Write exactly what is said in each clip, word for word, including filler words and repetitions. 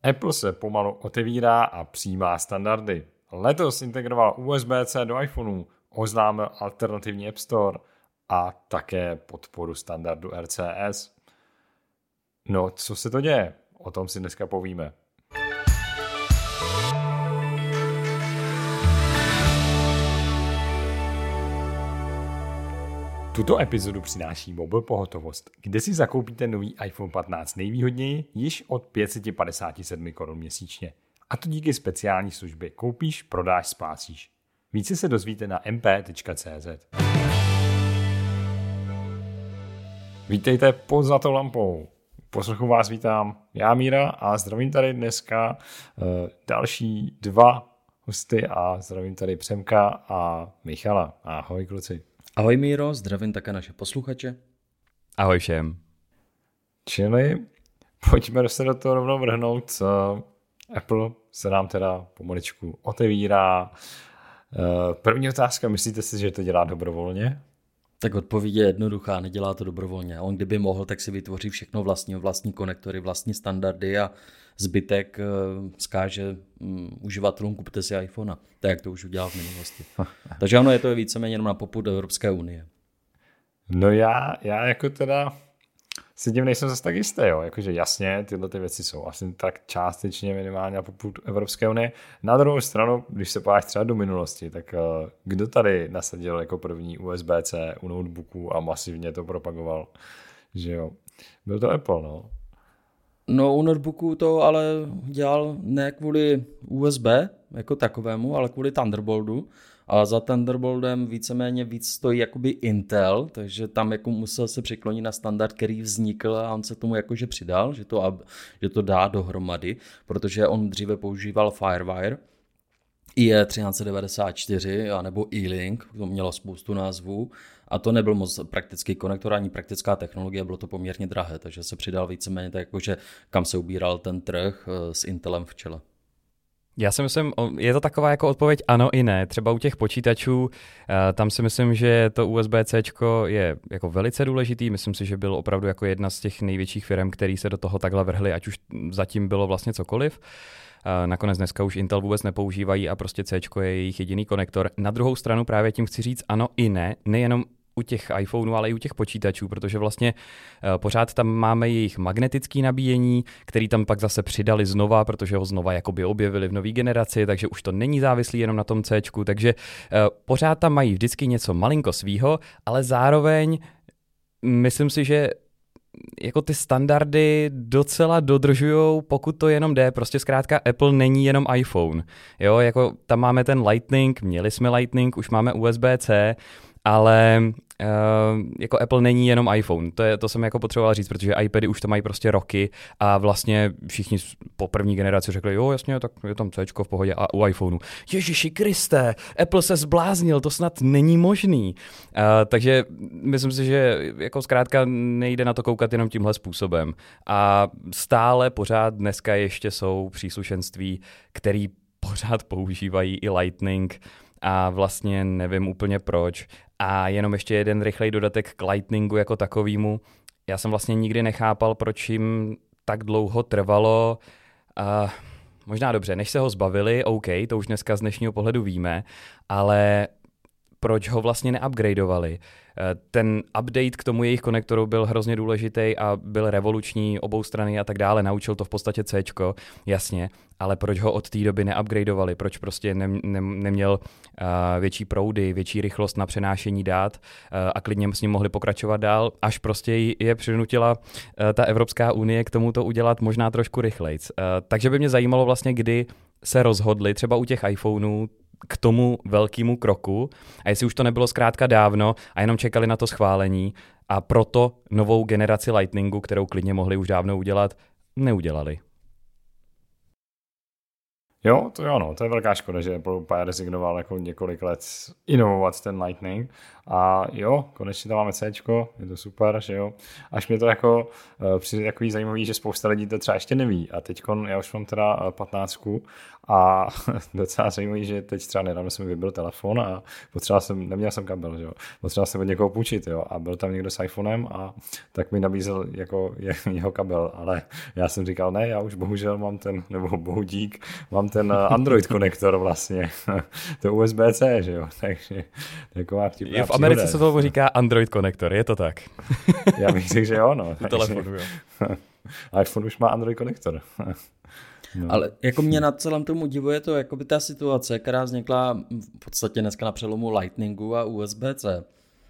Apple se pomalu otevírá a přijímá standardy. Letos integroval U S B C do iPhoneu, oznámil alternativní App Store a také podporu standardu R C S. No, co se to děje? O tom si dneska povíme. Tuto epizodu přináší Mobil Pohotovost, kde si zakoupíte nový iPhone patnáct nejvýhodněji již od pět set padesát sedm korun měsíčně. A to díky speciální službě Koupíš, prodáš, splácíš. Více se dozvíte na m p tečka c z. Vítejte pod zlatou lampou. Poslechu vás vítám já, Míra, a zdravím tady dneska uh, další dva hosty a zdravím tady Přemka a Michala. Ahoj, kluci. Ahoj, Míro, zdravím také naše posluchače. Ahoj všem. Čili pojďme se do toho rovnou vrhnout. Apple se nám teda pomaličku otevírá. První otázka, myslíte si, že to dělá dobrovolně? Tak odpověď je jednoduchá, nedělá to dobrovolně. On kdyby mohl, tak si vytvoří všechno vlastní, vlastní konektory, vlastní standardy a zbytek uh, zkáže um, uživatelům, kupte si iPhone. Tak jak to už udělal v minulosti. Takže ono je to víceméně jenom na popud Evropské unie. No já, já jako teda si tím nejsem zase tak jistý, jo. Jakože jasně, tyhle ty věci jsou asi tak částečně minimálně na popud Evropské unie. Na druhou stranu, když se podíváš třeba do minulosti, tak uh, kdo tady nasadil jako první U S B C u notebooku a masivně to propagoval? Že jo. Byl to Apple, no. No u notebooku to ale dělal ne kvůli U S B jako takovému, ale kvůli Thunderboltu. A za Thunderboltem víceméně víc stojí jakoby Intel, takže tam jako musel se přiklonit na standard, který vznikl a on se tomu jakože přidal, že to, že to dá dohromady, protože on dříve používal Firewire, I E třináct devadesát čtyři anebo E-Link, to mělo spoustu názvů a to nebyl moc praktický konektor ani praktická technologie, bylo to poměrně drahé, takže se přidal víceméně tak jakože kam se ubíral ten trh s Intelem v čele. Já si myslím, je to taková jako odpověď ano i ne. Třeba u těch počítačů, tam si myslím, že to U S B C je jako velice důležitý. Myslím si, že byl opravdu jako jedna z těch největších firm, který se do toho takhle vrhli, ať už zatím bylo vlastně cokoliv. Nakonec dneska už Intel vůbec nepoužívají a prostě C je jejich jediný konektor. Na druhou stranu právě tím chci říct ano i ne, nejenom u těch iPhoneů, ale i u těch počítačů, protože vlastně uh, pořád tam máme jejich magnetické nabíjení, který tam pak zase přidali znova, protože ho znova jakoby objevili v nové generaci, takže už to není závislý jenom na tom Cčku, takže uh, pořád tam mají vždycky něco malinko svýho, ale zároveň myslím si, že jako ty standardy docela dodržujou, pokud to jenom jde, prostě zkrátka Apple není jenom iPhone, jo, jako tam máme ten Lightning, měli jsme Lightning, už máme U S B C, ale uh, jako Apple není jenom iPhone, to, je, to jsem jako potřeboval říct, protože iPady už to mají prostě roky a vlastně všichni po první generaci řekli, jo jasně, tak je tam Cčko v pohodě a u iPhoneu. Ježiši Kriste, Apple se zbláznil, to snad není možný. Uh, takže myslím si, že jako zkrátka nejde na to koukat jenom tímhle způsobem. A stále pořád dneska ještě jsou příslušenství, který pořád používají i Lightning, a vlastně nevím úplně proč. A jenom ještě jeden rychlej dodatek k Lightningu jako takovýmu. Já jsem vlastně nikdy nechápal, proč jim tak dlouho trvalo. Uh, možná dobře, než se ho zbavili, OK, to už dneska z dnešního pohledu víme, ale proč ho vlastně neupgradeovali? Ten update k tomu jejich konektoru byl hrozně důležitý a byl revoluční obou strany a tak dále. Naučil to v podstatě Cčko, jasně, ale proč ho od té doby neupgradeovali? Proč prostě ne, ne, neměl uh, větší proudy, větší rychlost na přenášení dát uh, a klidně s ním mohli pokračovat dál, až prostě je přinutila uh, ta Evropská unie k tomu to udělat možná trošku rychlejc. Uh, takže by mě zajímalo vlastně, kdy se rozhodli třeba u těch iPhoneů k tomu velkému kroku a jestli už to nebylo zkrátka dávno a jenom čekali na to schválení a proto novou generaci Lightningu, kterou klidně mohli už dávno udělat, neudělali. Jo, to jo, no, to je velká škoda, že Apple úplně rezignoval jako několik let inovovat ten Lightning a jo, konečně tam máme Cčko, je to super, že jo, až mě to jako uh, přijde takový zajímavý, že spousta lidí to třeba ještě neví a teď já už mám teda patnáctku a docela zajímavý, že teď třeba nedávno jsem vybil telefon a potřeboval jsem, neměl jsem kabel, že jo, potřeboval jsem od někoho půjčit, jo, a byl tam někdo s iPhonem a tak mi nabízel jako jeho kabel, ale já jsem říkal, ne, já už bohužel mám ten, nebo bohu dík, mám ten Android konektor vlastně, to U S B C, že jo, takže taková vtipná je v Americe příhoda. Se toho říká Android konektor, je to tak? Já bych řekl, že jo, no. U telefonu, jo. iPhone už má Android konektor. No. Ale jako mě na celém tomu divuje to jako by ta situace, která vznikla v podstatě dneska na přelomu Lightningu a U S B C.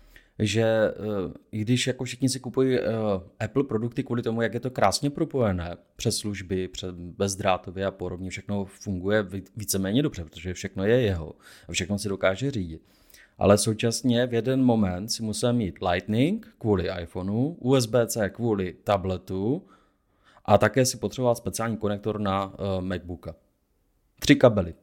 Že i když jako všichni si kupují Apple produkty kvůli tomu, jak je to krásně propojené přes služby, přes bezdrátově a podobně, všechno funguje víceméně dobře, protože všechno je jeho a všechno si dokáže řídit. Ale současně v jeden moment si musel mít Lightning kvůli iPhoneu, U S B C kvůli tabletu a také si potřeboval speciální konektor na uh, MacBooka. Tři kabely.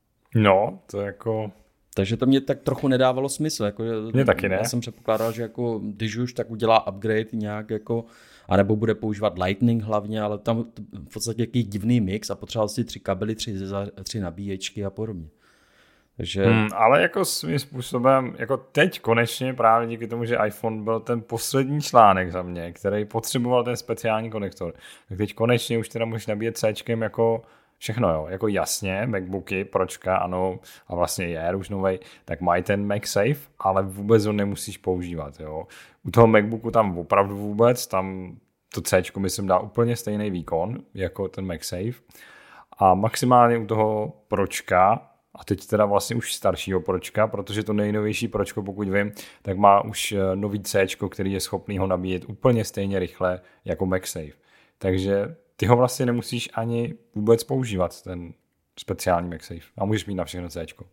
No, to jako... Takže to mě tak trochu nedávalo smysl. Jako, mě taky ne. Já jsem předpokládal, že jako, když už, tak udělá upgrade nějak, jako, anebo bude používat Lightning hlavně, ale tam v podstatě jaký divný mix a potřeboval si tři kabely, tři, tři nabíječky a podobně. Takže... Hmm, ale jako svým způsobem, jako teď konečně právě díky tomu, že iPhone byl ten poslední článek za mě, který potřeboval ten speciální konektor, tak teď konečně už teda můžeš nabíjet Cčkem jako všechno, jo, jako jasně, MacBooky, pročka, ano, a vlastně je už novej, tak mají ten MagSafe, ale vůbec ho nemusíš používat, jo. U toho MacBooku tam opravdu vůbec, tam to Cčko myslím dá úplně stejný výkon, jako ten MagSafe a maximálně u toho pročka, a teď teda vlastně už staršího pročka, protože to nejnovější pročko, pokud vím, tak má už nový Cčko, který je schopný ho nabíjet úplně stejně rychle jako MagSafe. Takže ty ho vlastně nemusíš ani vůbec používat, ten speciální MagSafe. A můžeš mít na všechno Cčko.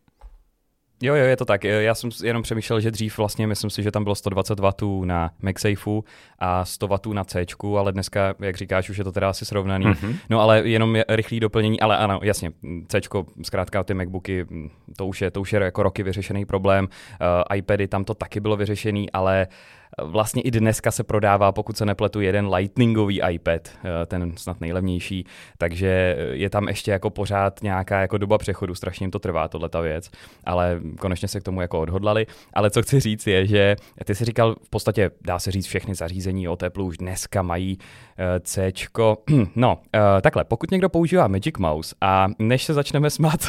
Jo, jo, je to tak. Já jsem jenom přemýšlel, že dřív vlastně, myslím si, že tam bylo sto dvacet wattů na MagSafeu a sto wattů na Cčku, ale dneska, jak říkáš, už je to teda asi srovnaný. Mm-hmm. No ale jenom rychlý doplnění, ale ano, jasně, Cčko, zkrátka ty MacBooky, to už je, to už je jako roky vyřešený problém. Uh, iPady, tam to taky bylo vyřešený, ale vlastně i dneska se prodává, pokud se nepletu, jeden lightningový iPad, ten snad nejlevnější, takže je tam ještě jako pořád nějaká jako doba přechodu, strašně jim to trvá, tohleta věc, ale konečně se k tomu jako odhodlali. Ale co chci říct je, že ty jsi říkal, v podstatě dá se říct, všechny zařízení od Apple už dneska mají Cčko. No, takhle, pokud někdo používá Magic Mouse a než se začneme smát...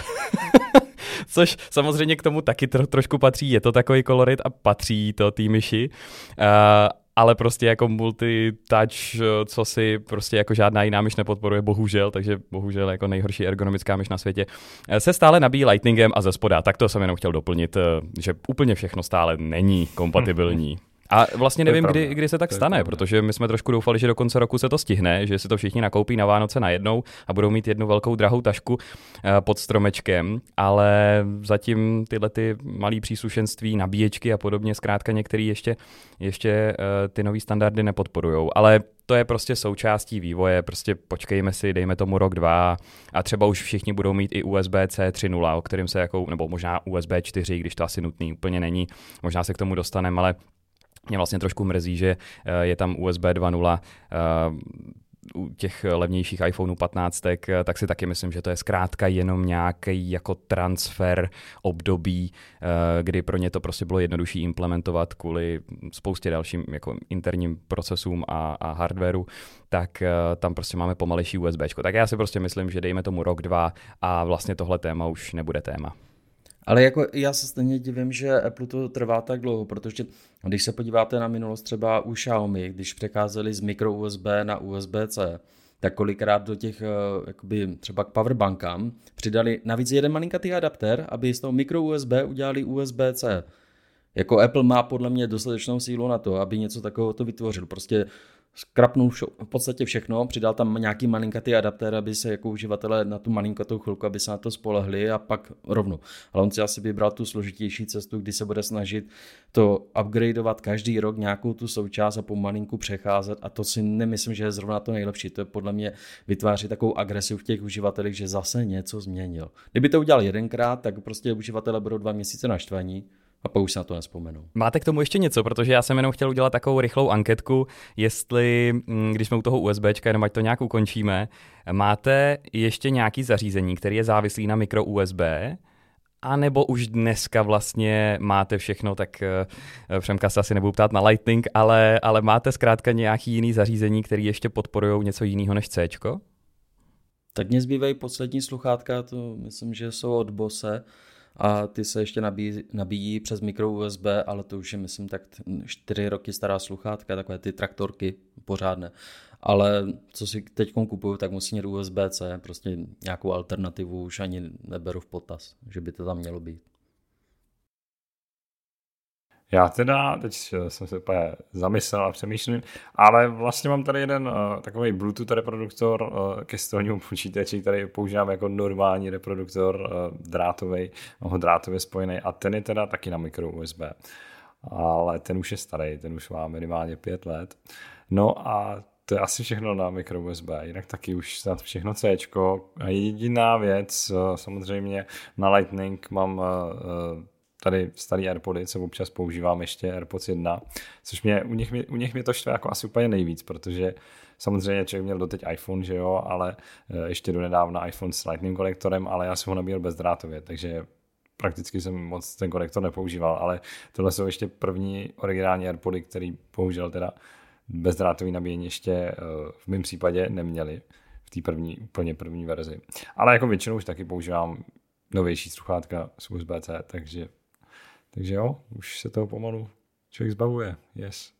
Což samozřejmě k tomu taky tro, trošku patří, je to takový kolorit a patří to té myši, uh, ale prostě jako multi-touch, co si prostě jako žádná jiná myš nepodporuje, bohužel, takže bohužel jako nejhorší ergonomická myš na světě, se stále nabíjí Lightningem a ze spoda. Tak to jsem jenom chtěl doplnit, že úplně všechno stále není kompatibilní. A vlastně nevím, kdy, kdy se tak stane, protože my jsme trošku doufali, že do konce roku se to stihne, že si to všichni nakoupí na Vánoce najednou a budou mít jednu velkou drahou tašku pod stromečkem, ale zatím tyhle ty malý příslušenství, nabíječky a podobně, zkrátka některý ještě, ještě ty nový standardy nepodporujou. Ale to je prostě součástí vývoje, prostě počkejme si, dejme tomu rok, dva a třeba už všichni budou mít i U S B C tři tečka nula, o kterým se jako, nebo možná U S B čtyři, když to asi nutný úplně není, možná se k tomu dostaneme, ale mě vlastně trošku mrzí, že je tam U S B dva tečka nula u těch levnějších iPhone patnáct, tak si taky myslím, že to je zkrátka jenom nějaký jako transfer období, kdy pro ně to prostě bylo jednodušší implementovat kvůli spoustě dalším jako interním procesům a, a hardwareu, tak tam prostě máme pomalejší USBčko. Tak já si prostě myslím, že dejme tomu rok, dva a vlastně tohle téma už nebude téma. Ale jako já se stejně divím, že Apple to trvá tak dlouho, protože když se podíváte na minulost třeba u Xiaomi, když přecházeli z micro U S B na U S B C, tak kolikrát do těch jakoby třeba k powerbankám přidali navíc jeden malinkatý adapter, aby z toho micro U S B udělali U S B C. Jako Apple má podle mě dostatečnou sílu na to, aby něco takového to vytvořil. Prostě skrapnul vš- v podstatě všechno, přidal tam nějaký malinkatý adaptér, aby se jako uživatelé na tu malinkatou chvilku, aby se na to spolehli a pak rovnou. Ale on si asi vybral tu složitější cestu, kdy se bude snažit to upgradeovat každý rok nějakou tu součást a pomalinku přecházet a to si nemyslím, že je zrovna to nejlepší. To je podle mě vytváří takovou agresivu v těch uživatelích, že zase něco změnil. Kdyby to udělal jedenkrát, tak prostě uživatelé budou dva měsíce naštvaní. A pak už se na to nevzpomenou. Máte k tomu ještě něco, protože já jsem jenom chtěl udělat takovou rychlou anketku, jestli, když jsme u toho USBčka, jenom ať to nějak ukončíme, máte ještě nějaký zařízení, který je závislý na micro U S B, a nebo už dneska vlastně máte všechno, tak Přemka se asi nebudu ptát na Lightning, ale, ale máte zkrátka nějaký jiný zařízení, který ještě podporují něco jiného než Cčko? Tak mě zbývají poslední sluchátka, to myslím, že jsou od Bose, a ty se ještě nabíjí, nabíjí přes micro U S B, ale to už je, myslím, tak čtyři roky stará sluchátka, takové ty traktorky pořádné. Ale co si teď kupuju, tak musí mít U S B C, prostě nějakou alternativu už ani neberu v potaz, že by to tam mělo být. Já teda, teď jsem se úplně zamyslel a přemýšlím, ale vlastně mám tady jeden uh, takový Bluetooth reproduktor uh, ke stolnímu počítači, který používám jako normální reproduktor uh, drátový, no, drátově spojený a ten je teda taky na micro U S B. Ale ten už je starý, ten už má minimálně pět let. No a to je asi všechno na micro U S B, jinak taky už snad všechno Cčko. A jediná věc, uh, samozřejmě na Lightning mám uh, tady starý AirPody, co občas používám ještě AirPods jedna, což mě, u nich, mě, u nich mě to štve jako asi úplně nejvíc, protože samozřejmě člověk měl doteď iPhone, že jo, ale ještě donedávna iPhone s Lightning konektorem, ale já jsem ho nabíjel bezdrátově, takže prakticky jsem moc ten konektor nepoužíval, ale tohle jsou ještě první originální AirPody, který bohužel teda bezdrátový nabíjení ještě v mém případě neměli v té první, úplně první verzi. Ale jako většinou už taky používám novější sluchátka z U S B C, takže Takže jo, už se toho pomalu člověk zbavuje. Yes.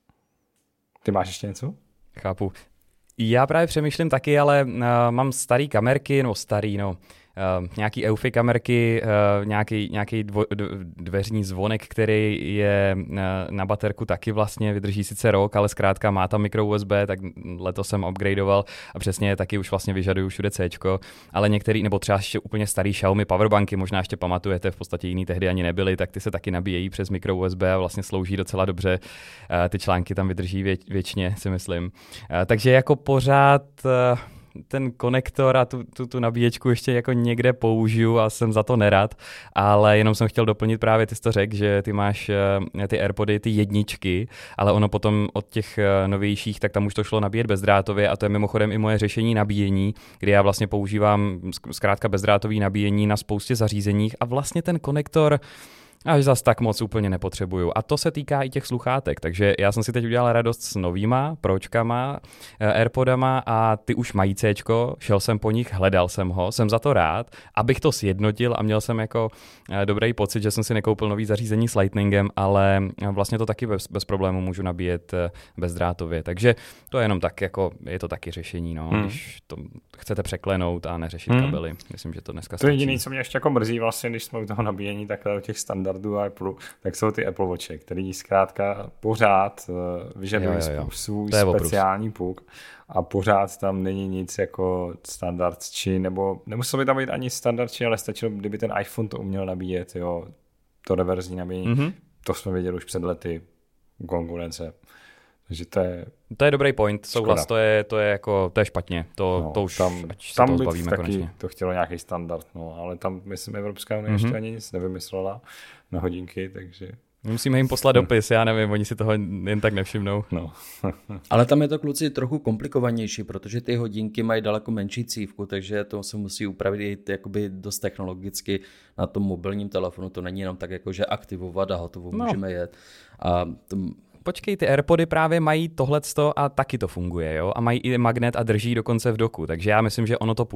Ty máš ještě něco? Chápu. Já právě přemýšlím taky, ale uh, mám starý kamerky, no starý, no. Uh, nějaký Eufy kamerky, uh, nějaký, nějaký dvo, dveřní zvonek, který je uh, na baterku taky vlastně, vydrží sice rok, ale zkrátka má tam micro U S B, tak letos jsem upgradeoval a přesně taky už vlastně vyžaduju všude Cčko, ale některý, nebo třeba ještě úplně starý Xiaomi powerbanky, možná ještě pamatujete, v podstatě jiný tehdy ani nebyly, tak ty se taky nabíjejí přes micro U S B a vlastně slouží docela dobře, uh, ty články tam vydrží vě, věčně, si myslím. Uh, takže jako pořád... Uh, ten konektor a tu, tu, tu nabíječku ještě jako někde použiju a jsem za to nerad, ale jenom jsem chtěl doplnit právě, ty jsi to řekl, že ty máš ty AirPody, ty jedničky, ale ono potom od těch novějších, tak tam už to šlo nabíjet bezdrátově a to je mimochodem i moje řešení nabíjení, kdy já vlastně používám zkrátka bezdrátový nabíjení na spoustě zařízeních a vlastně ten konektor až zas tak moc úplně nepotřebuju. A to se týká i těch sluchátek, takže já jsem si teď udělal radost s novýma pročkama, AirPodama a ty už mají Cčko, šel jsem po nich, hledal jsem ho, jsem za to rád, abych to sjednotil a měl jsem jako dobrý pocit, že jsem si nekoupil nový zařízení s Lightningem, ale vlastně to taky bez, bez problému můžu nabíjet bezdrátově, takže to je jenom tak, jako je to taky řešení, no, hmm. když to chcete překlenout a neřešit hmm. kabely. Myslím, že to dneska stačí. To je jediné, co mě ještě jako mrzí vlastně, když jsme u toho nabíjení takhle u těch standardů Apple, tak jsou ty Apple Watche, který zkrátka pořád vyžadují svůj speciální puk a pořád tam není nic jako standard či, nebo nemuselo by tam být ani standard či, ale stačilo, kdyby ten iPhone to uměl nabíjet, jo, to reverzní nabíjení. Mm-hmm. To jsme věděli už před lety u konkurence. Takže to je... To je dobrý point, souhlas, to je, to je jako, to je špatně, to, no, to už tam, ať tam se toho zbavíme taky konečně. To chtělo nějaký standard, no, ale tam, myslím, Evropská unie mm-hmm. ještě ani nic nevymyslela na hodinky, takže... Musíme jim poslat dopis, já nevím, oni si toho jen tak nevšimnou. No. Ale tam je to, kluci, trochu komplikovanější, protože ty hodinky mají daleko menší cívku, takže to se musí upravit jakoby dost technologicky na tom mobilním telefonu, to není jenom tak jako, že aktivovat a hotovo, no. Můžeme jet. A to... Počkej, ty AirPody právě mají tohleto a taky to funguje, jo? A mají i magnet a drží dokonce v doku, takže já myslím, že ono to půjde.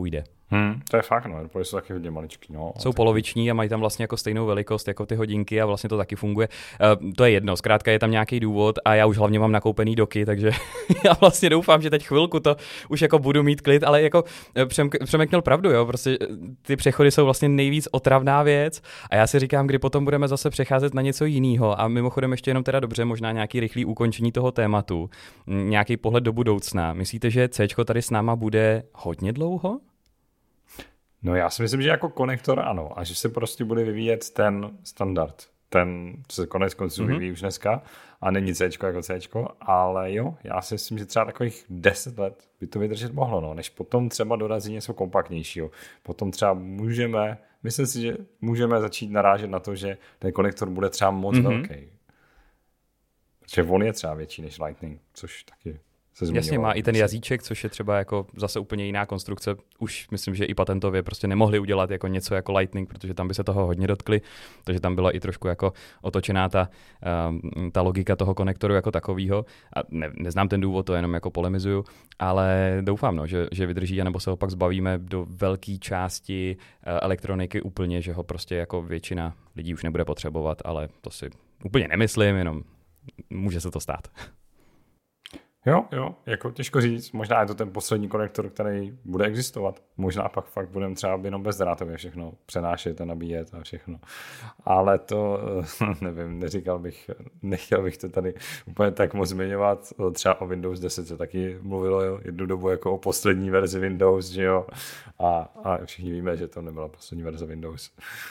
Hmm, to je fakt, no, AirPody jsou taky hodně maličký. No, jsou taky... poloviční a mají tam vlastně jako stejnou velikost jako ty hodinky a vlastně to taky funguje. Uh, to je jedno, zkrátka je tam nějaký důvod a já už hlavně mám nakoupený doky, takže já vlastně doufám, že teď chvilku to už jako budu mít klid, ale jako Přemek měl pravdu, jo, prostě ty přechody jsou vlastně nejvíc otravná věc a já si říkám, kdy potom budeme zase přecházet na něco jiného a mimochodem ještě jenom teda dobře, možná nějaký rychlý ukončení toho tématu, nějaký pohled do budoucna. Myslíte, že Cčko tady s náma bude hodně dlouho? No já si myslím, že jako konektor ano a že se prostě bude vyvíjet ten standard, ten, co se konec konců mm-hmm. vyvíjí už dneska a není Cčko jako Cčko, ale jo, já si myslím, že třeba takových deset let by to vydržet mohlo, no, než potom třeba dorazí něco kompaktnějšího. Potom třeba můžeme, myslím si, že můžeme začít narážet na to, že ten konektor bude třeba moc mm-hmm. velký. Protože on je třeba větší než Lightning, což taky se zmiňoval. Jasně, má i ten jazyček, což je třeba jako zase úplně jiná konstrukce. Už myslím, že i patentově prostě nemohli udělat jako něco jako Lightning, protože tam by se toho hodně dotkli, takže tam byla i trošku jako otočená ta, um, ta logika toho konektoru jako takového. A ne, neznám ten důvod, to jenom jako polemizuju, ale doufám, no, že, že vydrží, anebo se ho pak zbavíme do velké části uh, elektroniky úplně, že ho prostě jako většina lidí už nebude potřebovat, ale to si úplně nemyslím, jenom může se to stát. Jo, jo, jako těžko říct, možná je to ten poslední konektor, který bude existovat. Možná pak fakt budeme třeba jenom bezdrátově všechno přenášet a nabíjet a všechno. Ale to, nevím, neříkal bych, nechtěl bych to tady úplně tak moc zmiňovat. Třeba o Windows deset se taky mluvilo jo, jednu dobu jako o poslední verzi Windows, že jo. A, a všichni víme, že to nebyla poslední verze Windows.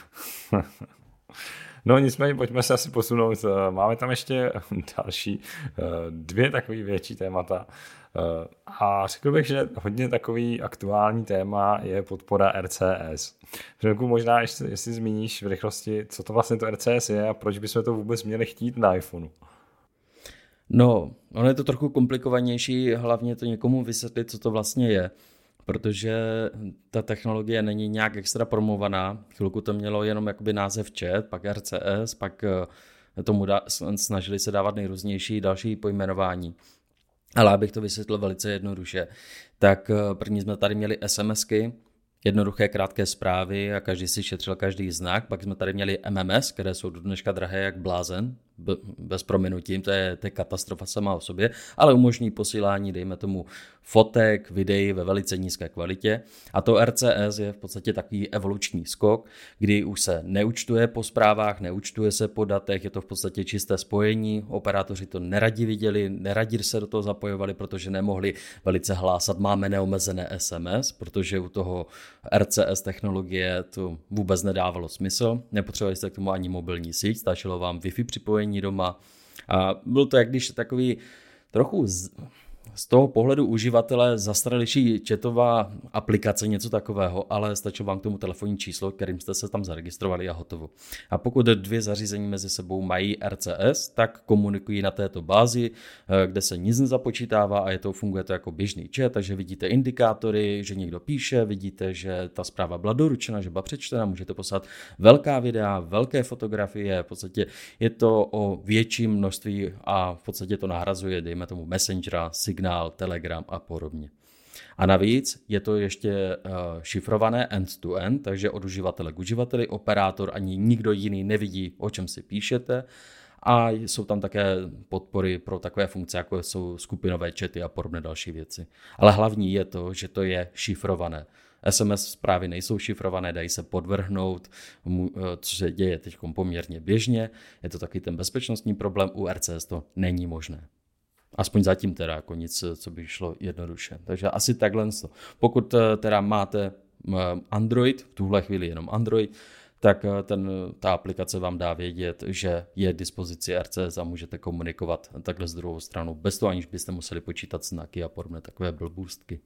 No nicméně, pojďme se asi posunout. Máme tam ještě další dvě takové větší témata. A řekl bych, že hodně takový aktuální téma je podpora R C S. Přemku, možná ještě, jestli zmíníš v rychlosti, co to vlastně to R C S je a proč bychom to vůbec měli chtít na iPhoneu? No, ono je to trochu komplikovanější, hlavně to někomu vysvětlit, co to vlastně je. Protože ta technologie není nějak extra promovaná. Chvilku to mělo jenom jakoby název chat, pak R C S, pak tomu da, snažili se dávat nejrůznější další pojmenování. Ale abych to vysvětlil velice jednoduše, tak první jsme tady měli SMSky, jednoduché krátké zprávy a každý si šetřil každý znak. Pak jsme tady měli M M S, které jsou do dneška drahé jak blázen, bez prominutím, to je, to je katastrofa sama o sobě, ale umožní posílání, dejme tomu, fotek, videí ve velice nízké kvalitě. A to R C S je v podstatě takový evoluční skok, kdy už se neúčtuje po zprávách, neúčtuje se po datech, je to v podstatě čisté spojení. Operátoři to neradi viděli, neradi se do toho zapojovali, protože nemohli velice hlásat, máme neomezené S M S, protože u toho R C S technologie to vůbec nedávalo smysl. Nepotřebovali jste k tomu ani mobilní síť, stačilo vám Wi-Fi připojení doma. A byl to jak když takový trochu z, z toho pohledu uživatele zastaralější chatová aplikace, něco takového, ale stačilo vám k tomu telefonní číslo, kterým jste se tam zaregistrovali a hotovo. A pokud dvě zařízení mezi sebou mají R C S, tak komunikují na této bázi, kde se nic nezapočítává a je to, funguje to jako běžný chat, takže vidíte indikátory, že někdo píše, vidíte, že ta zpráva byla doručena, že byla přečtena, můžete poslat velká videa, velké fotografie, v podstatě je to o větším množství a v podstatě to nahrazuje, dejme tomu Messengera, Signál, Telegram a podobně. A navíc je to ještě uh, šifrované end-to-end, takže od uživatele k uživateli operátor ani nikdo jiný nevidí, o čem si píšete. A jsou tam také podpory pro takové funkce, jako jsou skupinové chaty a podobné další věci. Ale hlavní je to, že to je šifrované. S M S zprávy nejsou šifrované, dají se podvrhnout, co se děje teď poměrně běžně. Je to taky ten bezpečnostní problém, u R C S to není možné. Aspoň zatím teda jako nic, co by šlo jednoduše. Takže asi takhle. Pokud teda máte Android, v tuhle chvíli jenom Android, tak ten, ta aplikace vám dá vědět, že je k dispozici R C S a můžete komunikovat takhle s druhou stranou, bez toho, aniž byste museli počítat znaky a podobné takové blbůstky.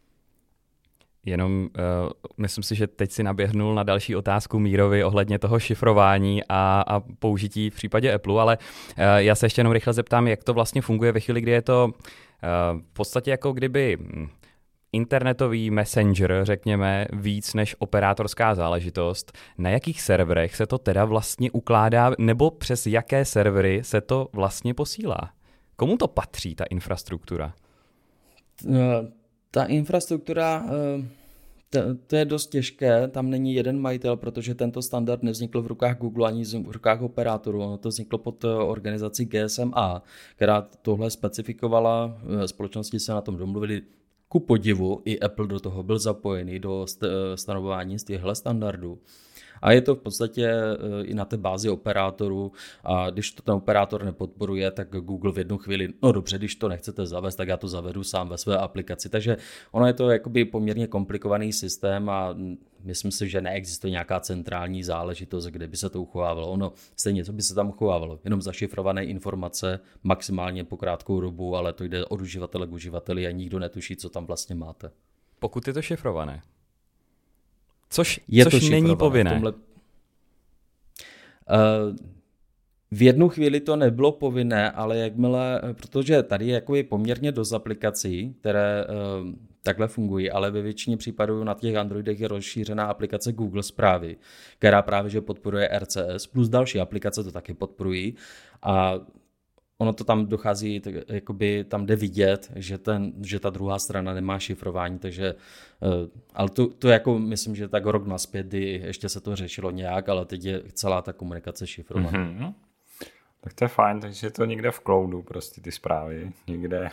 Jenom uh, myslím si, že teď si naběhnul na další otázku Mírovi ohledně toho šifrování a, a použití v případě Apple, ale uh, já se ještě jenom rychle zeptám, jak to vlastně funguje ve chvíli, kdy je to uh, v podstatě jako kdyby internetový messenger, řekněme, víc než operátorská záležitost. Na jakých serverech se to teda vlastně ukládá, nebo přes jaké servery se to vlastně posílá? Komu to patří, ta infrastruktura? Uh... Ta infrastruktura, To, to je dost těžké, tam není jeden majitel, protože tento standard nevznikl v rukách Google ani v rukách operátorů. Ono to vzniklo pod organizací G S M A, která tohle specifikovala, společnosti se na tom domluvili. Ku podivu i Apple do toho byl zapojený do stanovování z těchto standardů. A je to v podstatě i na té bázi operátorů a když to ten operátor nepodporuje, tak Google v jednu chvíli, no dobře, když to nechcete zavést, tak já to zavedu sám ve své aplikaci. Takže ono je to jakoby poměrně komplikovaný systém a myslím si, že neexistuje nějaká centrální záležitost, kde by se to uchovávalo. Ono stejně, co by se tam uchovávalo, jenom zašifrované informace, maximálně po krátkou dobu, ale to jde od uživatele k uživateli a nikdo netuší, co tam vlastně máte. Pokud je to šifrované. Což, je což to není povinné. V, tomhle... uh, v jednu chvíli to nebylo povinné, ale jakmile, protože tady je jako je poměrně dost aplikací, které uh, takhle fungují, ale ve většině případů na těch Androidech je rozšířená aplikace Google Zprávy, která právě že podporuje R C S, plus další aplikace to taky podporují a ono to tam dochází, tak, jakoby tam jde vidět, že, ten, že ta druhá strana nemá šifrování, takže, ale to, to jako myslím, že tak rok naspět, kdy ještě se to řešilo nějak, ale teď je celá ta komunikace šifrovaná. Mm-hmm. Tak to je fajn, takže je to někde v cloudu prostě ty zprávy, někde.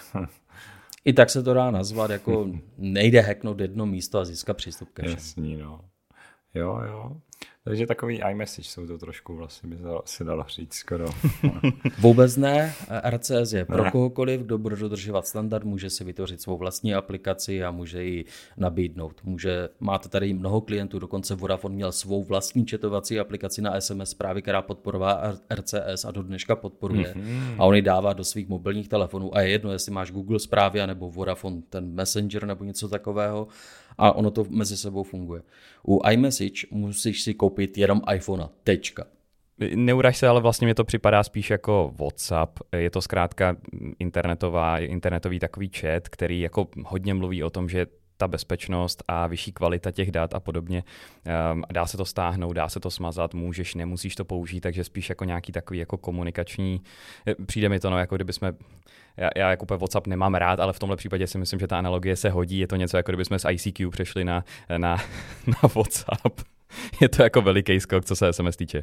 I tak se to dá nazvat, jako nejde hacknout jedno místo a získat přístup ke všem. Jasný, no. Jo, jo. Takže takový iMessage jsou to trošku, vlastně by se dalo říct skoro. Vůbec ne. R C S je pro kohokoliv, kdo bude dodržovat standard, může si vytvořit svou vlastní aplikaci a může ji nabídnout. Může, máte tady mnoho klientů, dokonce Vodafone měl svou vlastní četovací aplikaci na S M S zprávy, která podporovala R C S a do dneška podporuje. Mm-hmm. A on ji dává do svých mobilních telefonů a je jedno, jestli máš Google zprávy nebo Vodafone ten Messenger nebo něco takového. A ono to mezi sebou funguje. U iMessage musíš si koupit jenom iPhone. Tečka. Neuraž se, ale vlastně mi to připadá spíš jako WhatsApp. Je to zkrátka internetová, internetový takový chat, který jako hodně mluví o tom, že ta bezpečnost a vyšší kvalita těch dat a podobně. Um, dá se to stáhnout, dá se to smazat, můžeš, nemusíš to použít, takže spíš jako nějaký takový jako komunikační. Přijde mi to, no, jako kdyby jsme, já, já jako WhatsApp nemám rád, ale v tomhle případě si myslím, že ta analogie se hodí. Je to něco, jako kdyby jsme z I C Q přešli na, na, na WhatsApp. Je to jako veliký skok, co se S M S týče.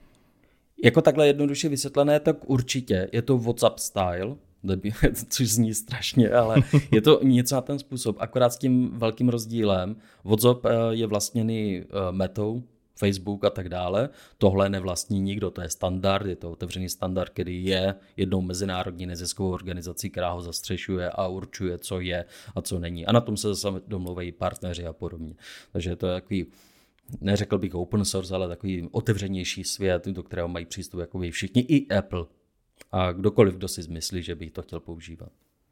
Jako takhle jednoduše vysvětlené, tak určitě je to WhatsApp style, což zní strašně, ale je to něco na ten způsob. Akorát s tím velkým rozdílem. WhatsApp je vlastněný Metou, Facebook a tak dále. Tohle nevlastní nikdo, to je standard, je to otevřený standard, který je jednou mezinárodní neziskovou organizací, která ho zastřešuje a určuje, co je a co není. A na tom se zase domluvají partneři a podobně. Takže to je takový, neřekl bych open source, ale takový otevřenější svět, do kterého mají přístup jako všichni, i Apple. A kdokoliv, kdo si zmyslí, že by to chtěl používat.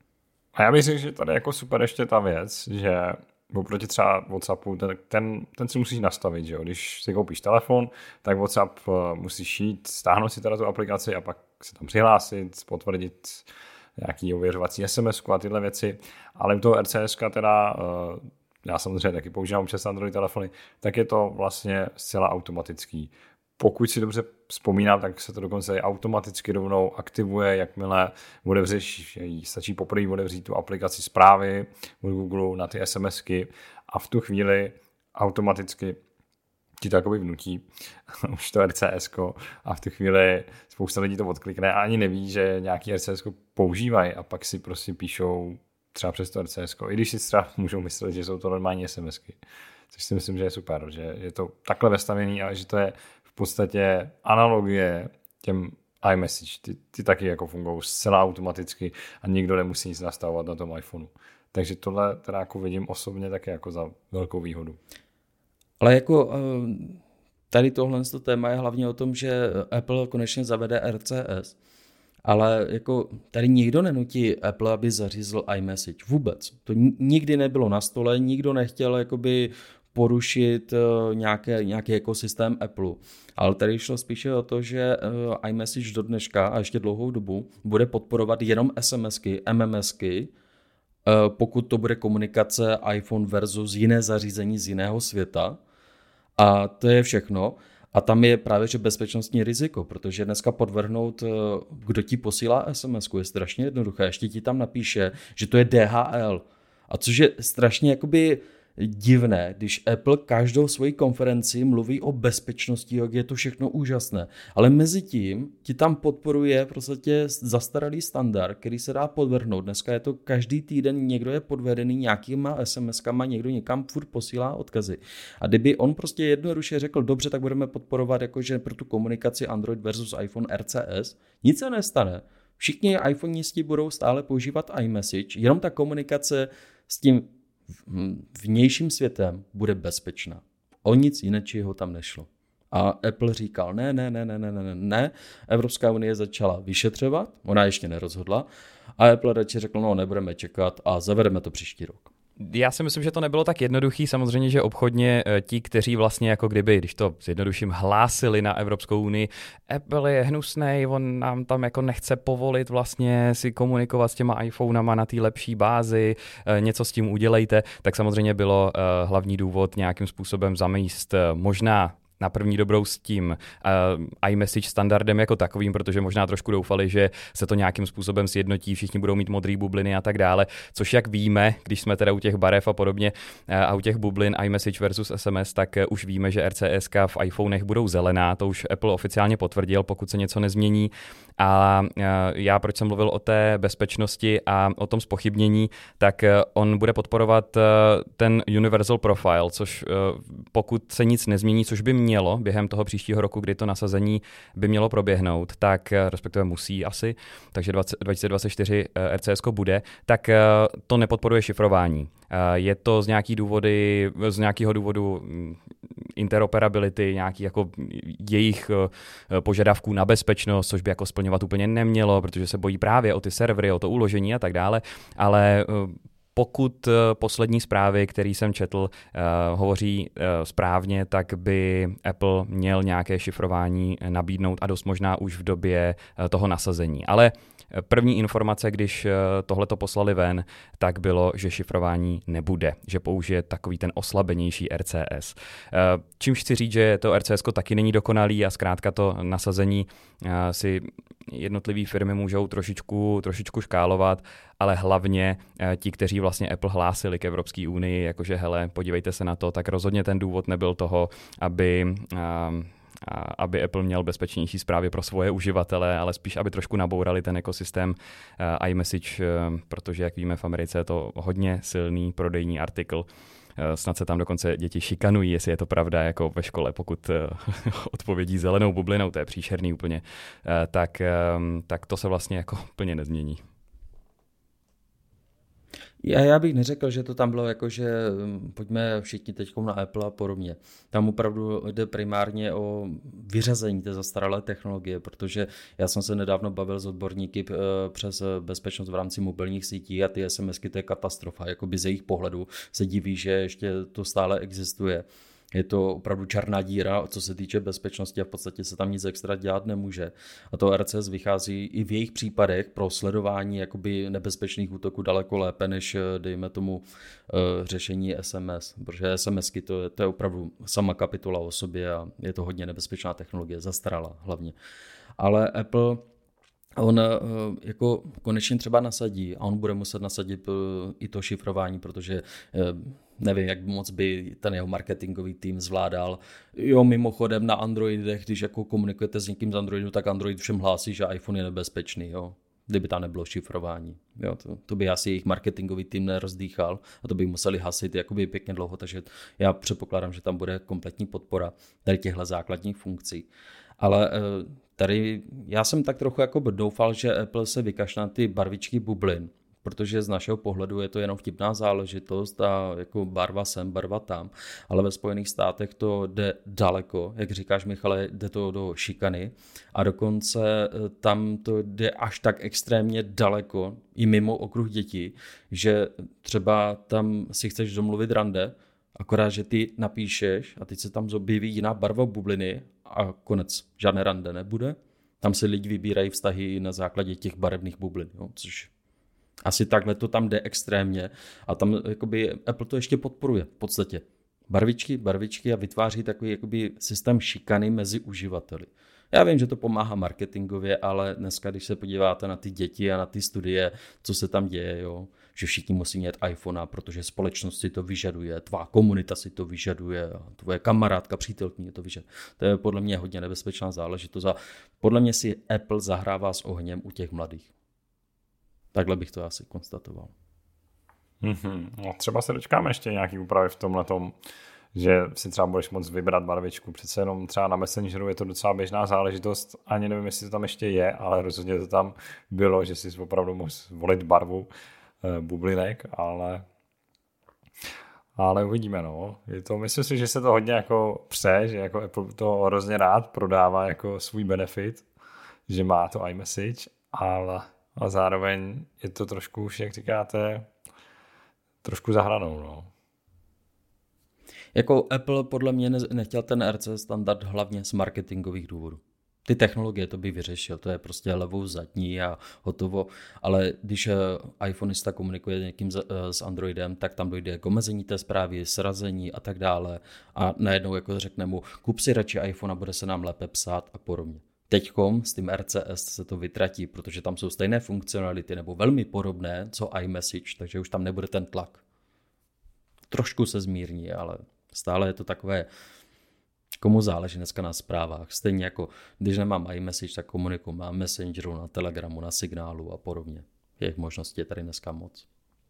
A já bych řekl, že tady je jako super ještě ta věc, že oproti třeba WhatsAppu, ten, ten, ten si musíš nastavit, že jo? Když si koupíš telefon, tak WhatsApp musíš jít, stáhnout si teda tu aplikaci a pak se tam přihlásit, potvrdit nějaký ověřovací S M S a tyhle věci. Ale u toho R C S teda, já samozřejmě taky používám přes Android telefony, tak je to vlastně zcela automatický. Pokud si dobře vzpomínám, tak se to dokonce automaticky rovnou aktivuje, jakmile otevřeš, stačí poprvé otevřít tu aplikaci zprávy od Google na ty SMSky a v tu chvíli automaticky ti to jakoby vnutí, už to R C S ko, a v tu chvíli spousta lidí to odklikne a ani neví, že nějaký R C S ko používají a pak si prostě píšou třeba přes to R C S ko, i když si třeba můžou myslet, že jsou to normální SMSky. Což si myslím, že je super, že je to takhle vestavený a že to je v podstatě analogie těm iMessage. Ty, ty taky jako fungují zcela automaticky a nikdo nemusí nic nastavovat na tom iPhoneu. Takže tohle teda jako vidím osobně taky jako za velkou výhodu. Ale jako tady tohle téma je hlavně o tom, že Apple konečně zavede R C S. Ale jako tady nikdo nenutí Apple, aby zařízl iMessage. Vůbec. To nikdy nebylo na stole, nikdo nechtěl jakoby porušit nějaké, nějaký ekosystém Apple. Ale tady šlo spíše o to, že iMessage do dneška a ještě dlouhou dobu bude podporovat jenom SMSky, MMSky, pokud to bude komunikace iPhone versus jiné zařízení z jiného světa. A to je všechno. A tam je právě že bezpečnostní riziko, protože dneska podvrhnout, kdo ti posílá S M S ku, je strašně jednoduché. Ještě ti tam napíše, že to je D H L. A což je strašně jakoby divné, když Apple každou svoji konferenci mluví o bezpečnosti, jak je to všechno úžasné, ale mezi tím ti tam podporuje prostě zastaralý standard, který se dá podvrhnout. Dneska je to každý týden, někdo je podvedený nějakýma es em eskama, někdo někam furt posílá odkazy. A kdyby on prostě jednoduše řekl, dobře, tak budeme podporovat jakože pro tu komunikaci Android versus iPhone er cé es, nic se nestane. Všichni iPhoneisti budou stále používat iMessage, jenom ta komunikace s tím vnějším světem bude bezpečná. O nic jiného tam nešlo. A Apple říkal, ne, ne, ne, ne, ne, ne, ne. Evropská unie začala vyšetřovat, ona ještě nerozhodla, a Apple radši řekl, no, nebudeme čekat a zavedeme to příští rok. Já si myslím, že to nebylo tak jednoduchý. Samozřejmě, že obchodně ti, kteří vlastně jako kdyby, když to zjednoduším, hlásili na Evropskou unii, Apple je hnusnej, on nám tam jako nechce povolit vlastně si komunikovat s těma iPhonama na té lepší bázi, něco s tím udělejte, tak samozřejmě bylo hlavní důvod nějakým způsobem zamíst možná na první dobrou s tím uh, iMessage standardem jako takovým, protože možná trošku doufali, že se to nějakým způsobem sjednotí, všichni budou mít modré bubliny a tak dále, což jak víme, když jsme teda u těch barev a podobně uh, a u těch bublin iMessage versus es em es, tak uh, už víme, že er cé eska v iPhonech budou zelená, to už Apple oficiálně potvrdil, pokud se něco nezmění. A uh, já, proč jsem mluvil o té bezpečnosti a o tom zpochybnění, tak uh, on bude podporovat uh, ten Universal Profile, což uh, pokud se nic nezmění, což by mělo mělo během toho příštího roku, kdy to nasazení by mělo proběhnout, tak respektive musí asi, takže dva tisíce dvacet čtyři er cé esko bude, tak to nepodporuje šifrování. Je to z nějaký důvody, z nějakého důvodu interoperability, nějaký jako jejich požadavků na bezpečnost, což by jako splňovat úplně nemělo, protože se bojí právě o ty servery, o to uložení a tak dále, ale pokud poslední zprávy, které jsem četl, uh, hovoří uh, správně, tak by Apple měl nějaké šifrování nabídnout a dost možná už v době uh, toho nasazení. Ale první informace, když uh, tohleto poslali ven, tak bylo, že šifrování nebude, že použije takový ten oslabenější er cé es. Uh, čímž chci říct, že to er cé esko taky není dokonalý a zkrátka to nasazení uh, si jednotlivé firmy můžou trošičku, trošičku škálovat, ale hlavně ti, kteří vlastně Apple hlásili k Evropské unii, jakože hele, podívejte se na to, tak rozhodně ten důvod nebyl toho, aby, aby Apple měl bezpečnější zprávy pro svoje uživatele, ale spíš, aby trošku nabourali ten ekosystém iMessage, protože, jak víme, v Americe je to hodně silný prodejní artikl. Snad se tam dokonce děti šikanují, jestli je to pravda, jako ve škole, pokud odpovědí zelenou bublinou, to je příšerný úplně, tak, tak to se vlastně jako úplně nezmění. Já, já bych neřekl, že to tam bylo jako, že pojďme všichni teď na Apple a podobně. Tam opravdu jde primárně o vyřazení té zastaralé technologie, protože já jsem se nedávno bavil s odborníky přes bezpečnost v rámci mobilních sítí a ty SMSky, to je katastrofa. Jakoby z jejich pohledu se diví, že ještě to stále existuje. Je to opravdu černá díra, co se týče bezpečnosti a v podstatě se tam nic extra dělat nemůže. A to er cé es vychází i v jejich případech pro sledování jakoby nebezpečných útoků daleko lépe, než dejme tomu uh, řešení es em es. Protože SMSky to je, to je opravdu sama kapitola o sobě a je to hodně nebezpečná technologie, zastaralá hlavně. Ale Apple on jako konečně třeba nasadí a on bude muset nasadit i to šifrování, protože nevím, jak moc by ten jeho marketingový tým zvládal. Jo, mimochodem na Androidech, když jako komunikujete s někým z Androidu, tak Android všem hlásí, že iPhone je nebezpečný, jo. Kdyby tam nebylo šifrování. Jo, to, to by asi jejich marketingový tým nerozdýchal a to by museli hasit jakoby pěkně dlouho, takže já předpokládám, že tam bude kompletní podpora tady těchto základních funkcí. Ale tady já jsem tak trochu jako doufal, že Apple se vykašle na ty barvičky bublin, protože z našeho pohledu je to jenom vtipná záležitost a jako barva sem, barva tam, ale ve Spojených státech to jde daleko, jak říkáš, Michale, jde to do šikany a dokonce tam to jde až tak extrémně daleko i mimo okruh dětí, že třeba tam si chceš domluvit rande, akorát, že ty napíšeš a teď se tam objeví jiná barva bubliny a konec, žádné rande nebude. Tam se lidi vybírají vztahy na základě těch barevných bublin, jo, což asi takhle to tam jde extrémně a tam jakoby Apple to ještě podporuje v podstatě. Barvičky, barvičky a vytváří takový jakoby systém šikany mezi uživateli. Já vím, že to pomáhá marketingově, ale dneska, když se podíváte na ty děti a na ty studie, co se tam děje, jo, že všichni musí mít iPhone, protože společnost si to vyžaduje, tvá komunita si to vyžaduje, tvoje kamarádka, přítelkyně to vyžaduje. To je podle mě hodně nebezpečná záležitost a podle mě si Apple zahrává s ohněm u těch mladých. Takhle bych to asi konstatoval. Mm-hmm. No, třeba se dočkáme ještě nějaký úpravy v tomhletom, že si třeba budeš moct vybrat barvičku. Přece jenom třeba na Messengeru je to docela běžná záležitost. Ani nevím, jestli to tam ještě je, ale rozhodně to tam bylo, že si opravdu mohl volit barvu e, bublinek, ale ale uvidíme, no. Je to, myslím si, že se to hodně jako pře, že jako Apple to hrozně rád prodává jako svůj benefit, že má to iMessage, ale, ale zároveň je to trošku už, jak říkáte, trošku za hranou, no. Jako Apple podle mě nechtěl ten R C standard hlavně z marketingových důvodů. Ty technologie to by vyřešil, to je prostě levou zadní a hotovo, ale když iPhoneista komunikuje někým s Androidem, tak tam dojde k omezení té zprávy, srazení a tak dále a najednou jako řekne mu, kup si radši iPhone a bude se nám lépe psát a podobně. Teďkom s tím R C S se to vytratí, protože tam jsou stejné funkcionality nebo velmi podobné, co iMessage, takže už tam nebude ten tlak. Trošku se zmírní, ale stále je to takové, komu záleží dneska na zprávách. Stejně jako, když nemám iMessage, tak komunikuju na Messengeru, na Telegramu, na Signálu a podobně. Jejich možností je tady dneska moc.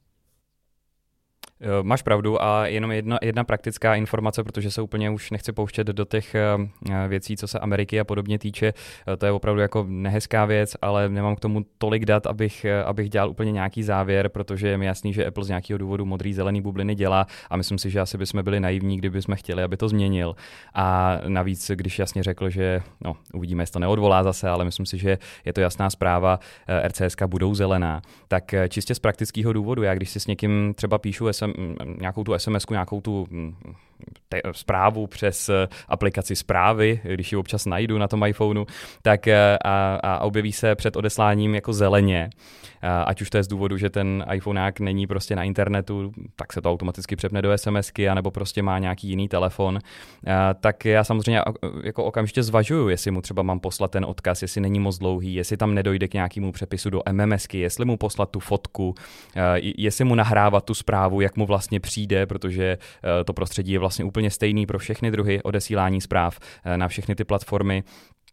Máš pravdu a jenom jedna, jedna praktická informace, protože se úplně už nechci pouštět do těch věcí, co se Ameriky a podobně týče. To je opravdu jako nehezká věc, ale nemám k tomu tolik dat, abych, abych dělal úplně nějaký závěr, protože je mi jasný, že Apple z nějakého důvodu modrý zelený bubliny dělá a myslím si, že asi bychom byli naivní, kdyby jsme chtěli, aby to změnil. A navíc, když jasně řekl, že no, uvidíme, jestli to neodvolá zase, ale myslím si, že je to jasná zpráva, R C S ka budou zelená. Tak čistě z praktického důvodu, já když si s někým třeba píšu S M nějakou tu SMSku, nějakou tu te, zprávu přes aplikaci zprávy, když ji občas najdu na tom iPhoneu, tak a, a objeví se před odesláním jako zeleně, a, ať už to je z důvodu, že ten iPhoneák není prostě na internetu, tak se to automaticky přepne do SMSky, anebo prostě má nějaký jiný telefon, a, tak já samozřejmě jako okamžitě zvažuju, jestli mu třeba mám poslat ten odkaz, jestli není moc dlouhý, jestli tam nedojde k nějakému přepisu do MMSky, jestli mu poslat tu fotku, a, jestli mu nahrávat tu zprávu, jak mu vlastně přijde, protože to prostředí je vlastně úplně stejný pro všechny druhy odesílání zpráv na všechny ty platformy.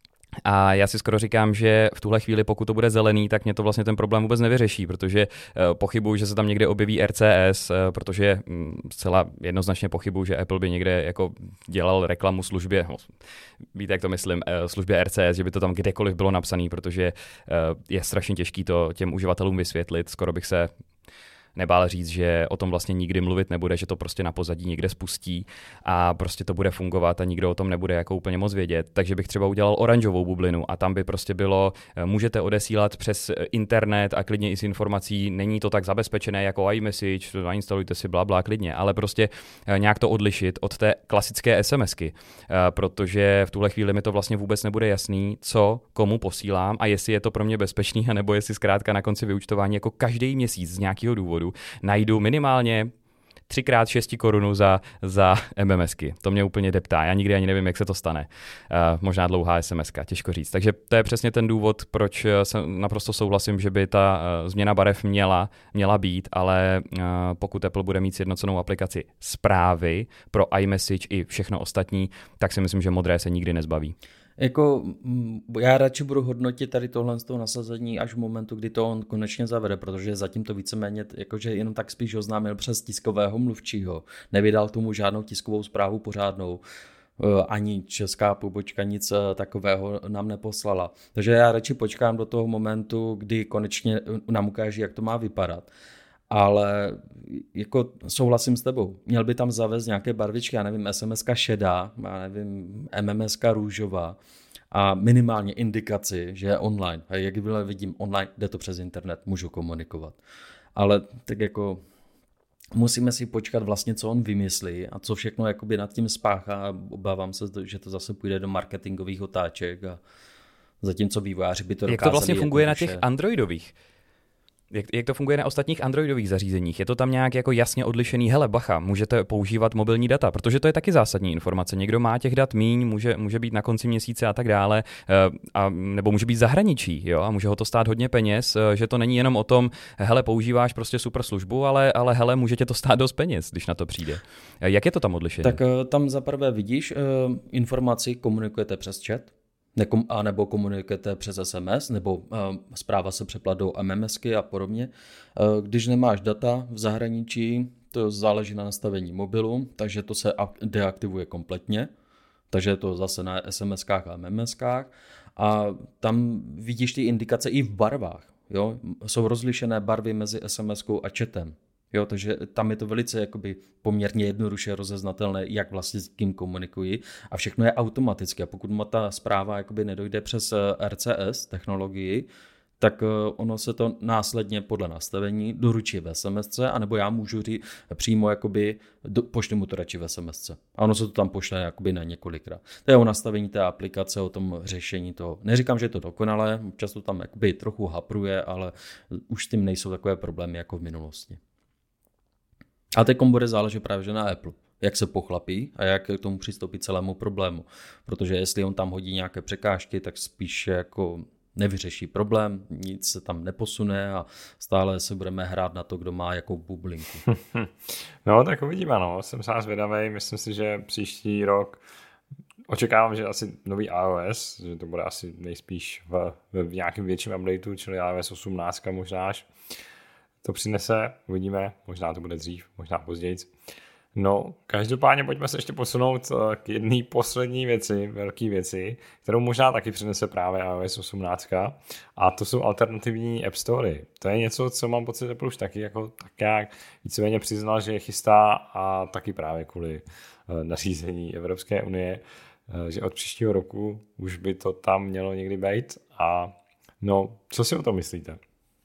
A já si skoro říkám, že v tuhle chvíli, pokud to bude zelený, tak mě to vlastně ten problém vůbec nevyřeší, protože pochybuju, že se tam někde objeví R C S, protože zcela jednoznačně pochybuju, že Apple by někde jako dělal reklamu službě, víte, jak to myslím, službě R C S, že by to tam kdekoliv bylo napsané, protože je strašně těžký to těm uživatelům vysvětlit, skoro bych se nebál říct, že o tom vlastně nikdy mluvit nebude, že to prostě na pozadí někde spustí a prostě to bude fungovat a nikdo o tom nebude jako úplně moc vědět. Takže bych třeba udělal oranžovou bublinu a tam by prostě bylo, můžete odesílat přes internet a klidně i s informací, není to tak zabezpečené jako iMessage, nainstalujte si blabla bla, klidně, ale prostě nějak to odlišit od té klasické SMSky, protože v tuhle chvíli mi to vlastně vůbec nebude jasný, co komu posílám a jestli je to pro mě bezpečný, nebo jestli zkrátka na konci vyúčtování jako každý měsíc z nějakého důvodu najdu minimálně třikrát šesti korunů za, za MMSky. To mě úplně deptá. Já nikdy ani nevím, jak se to stane. Uh, možná dlouhá SMSka, těžko říct. Takže to je přesně ten důvod, proč jsem naprosto souhlasím, že by ta uh, změna barev měla, měla být, ale uh, pokud Apple bude mít sjednocenou aplikaci zprávy pro iMessage i všechno ostatní, tak si myslím, že modré se nikdy nezbaví. Jako, já radši budu hodnotit tady tohle z toho nasazení až v momentu, kdy to on konečně zavede, protože zatím to víceméně jakože jenom tak spíš oznámil přes tiskového mluvčího. Nevydal tomu žádnou tiskovou zprávu pořádnou, ani česká pobočka nic takového nám neposlala. Takže já radši počkám do toho momentu, kdy konečně nám ukáží, jak to má vypadat. Ale jako souhlasím s tebou. Měl by tam zavést nějaké barvičky, já nevím, SMSka šedá, já nevím, MMSka růžová a minimálně indikaci, že je online. A jak vidím online, jde to přes internet, můžu komunikovat. Ale tak jako musíme si počkat vlastně, co on vymyslí a co všechno jakoby nad tím spáchá. Obávám se, že to zase půjde do marketingových otáček a zatímco vývojáři by to dokázali. Jak to vlastně funguje na těch androidových? Jak, jak to funguje na ostatních androidových zařízeních? Je to tam nějak jako jasně odlišený, hele bacha, můžete používat mobilní data, protože to je taky zásadní informace. Někdo má těch dat míň, může, může být na konci měsíce a tak dále, a, nebo může být zahraničí, jo, a může ho to stát hodně peněz, že to není jenom o tom, hele, používáš prostě super službu, ale, ale hele, může tě to stát dost peněz, když na to přijde. Jak je to tam odlišené? Tak tam zaprvé vidíš, informaci komunikujete přes chat, Nekom, a nebo komunikujete přes es em es, nebo uh, zpráva se přepla do em em esky a podobně. Uh, když nemáš data v zahraničí, to záleží na nastavení mobilu, takže to se deaktivuje kompletně, takže je to zase na es em eskách a em em eskách a tam vidíš ty indikace i v barvách. Jo? Jsou rozlišené barvy mezi es em eskou a chatem. Jo, takže tam je to velice jakoby poměrně jednoduše rozeznatelné, jak vlastně s kým komunikuji a všechno je automaticky. A pokud mu ta zpráva jakoby nedojde přes er cé es technologii, tak ono se to následně podle nastavení doručí v es em esce, anebo já můžu říct přímo jakoby do, pošli mu to radši v es em esce. A ono se to tam pošle jakoby na několikrát. To je o nastavení té aplikace, o tom řešení toho. Neříkám, že je to dokonalé, občas to tam jakoby trochu hapruje, ale už s tím nejsou takové problémy jako v minulosti. A teď bude záležet právě že na Apple, jak se pochlapí a jak k tomu přistoupí celému problému. Protože jestli on tam hodí nějaké překážky, tak spíš jako nevyřeší problém, nic se tam neposune a stále se budeme hrát na to, kdo má jakou bublinku. No, tak uvidíme, no. Jsem sám zvědavej, myslím si, že příští rok očekávám, že asi nový iOS, že to bude asi nejspíš v, v nějakém větším updateu, čili iOS osmnáct možná až to přinese, uvidíme, možná to bude dřív, možná později. No, každopádně pojďme se ještě posunout k jedné poslední věci, velké věci, kterou možná taky přinese právě iOS osmnáct, a to jsou alternativní App Story. To je něco, co mám pocit, Apple už taky jako tak jak víceméně přiznal, že je chystá a taky právě kvůli nařízení Evropské unie, že od příštího roku už by to tam mělo někdy být. A no, co si o tom myslíte?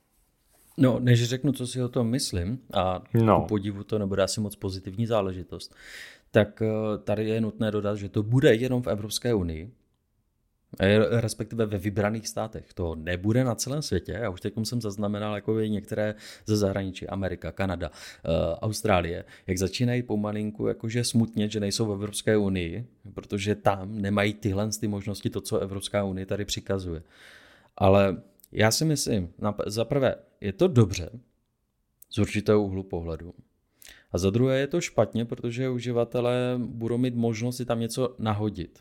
No, než řeknu, co si o tom myslím, a no. ku podivu to nebude asi moc pozitivní záležitost, tak tady je nutné dodat, že to bude jenom v Evropské unii, respektive ve vybraných státech. To nebude na celém světě. Já už teď jsem zaznamenal jako některé ze zahraničí, Amerika, Kanada, Austrálie, jak začínají pomalinku jakože smutně, že nejsou v Evropské unii, protože tam nemají tyhle ty možnosti, to, co Evropská unie tady přikazuje. Ale já si myslím, za prvé, je to dobře z určitého úhlu pohledu. A za druhé je to špatně, protože uživatelé budou mít možnost si tam něco nahodit.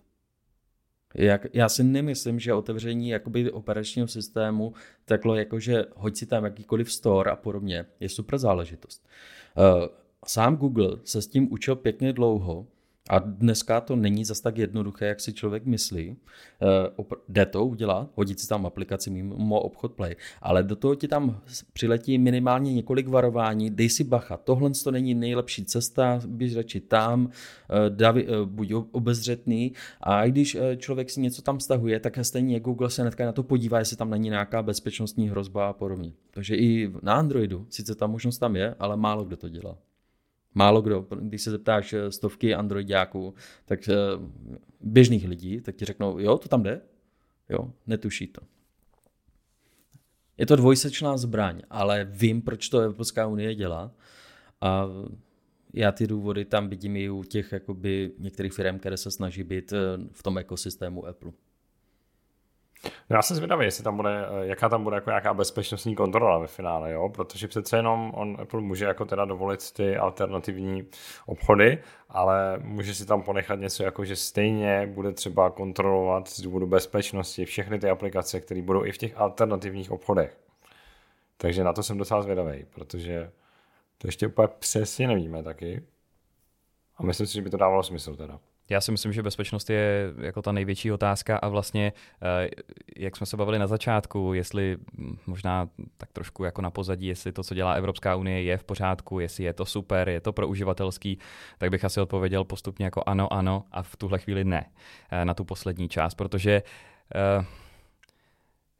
Jak, já si nemyslím, že otevření jakoby operačního systému takhle jakože hoď si tam jakýkoliv store a podobně je super záležitost. Sám Google se s tím učil pěkně dlouho, a dneska to není zas tak jednoduché, jak si člověk myslí. Jde to udělat, hodit si tam aplikaci mimo obchod Play, ale do toho ti tam přiletí minimálně několik varování, dej si bacha, tohle to není nejlepší cesta, běž radši tam, davi, buď obezřetný, a když člověk si něco tam stahuje, tak stejně Google se netka na to podívá, jestli tam není nějaká bezpečnostní hrozba a podobně. Takže i na Androidu, sice ta možnost tam je, ale málo kdo to dělá. Málo kdo, když se zeptáš stovky androidáků, tak běžných lidí, tak ti řeknou, jo, to tam jde? Jo, netuší to. Je to dvojsečná zbraň, ale vím, proč to Evropská unie dělá, a já ty důvody tam vidím i u těch jakoby některých firm, které se snaží být v tom ekosystému Apple. No já jsem zvědavý, jestli tam bude, jaká tam bude jako nějaká bezpečnostní kontrola ve finále, jo? Protože přece jenom on, Apple může jako teda dovolit ty alternativní obchody, ale může si tam ponechat něco jako, že stejně bude třeba kontrolovat z důvodu bezpečnosti všechny ty aplikace, které budou i v těch alternativních obchodech. Takže na to jsem docela zvědavý, protože to ještě úplně přesně nevíme taky. A myslím si, že by to dávalo smysl teda. Já si myslím, že bezpečnost je jako ta největší otázka a vlastně, jak jsme se bavili na začátku, jestli možná tak trošku jako na pozadí, jestli to, co dělá Evropská unie, je v pořádku, jestli je to super, je to pro uživatelský, tak bych asi odpověděl postupně jako ano, ano a v tuhle chvíli ne na tu poslední část, protože jako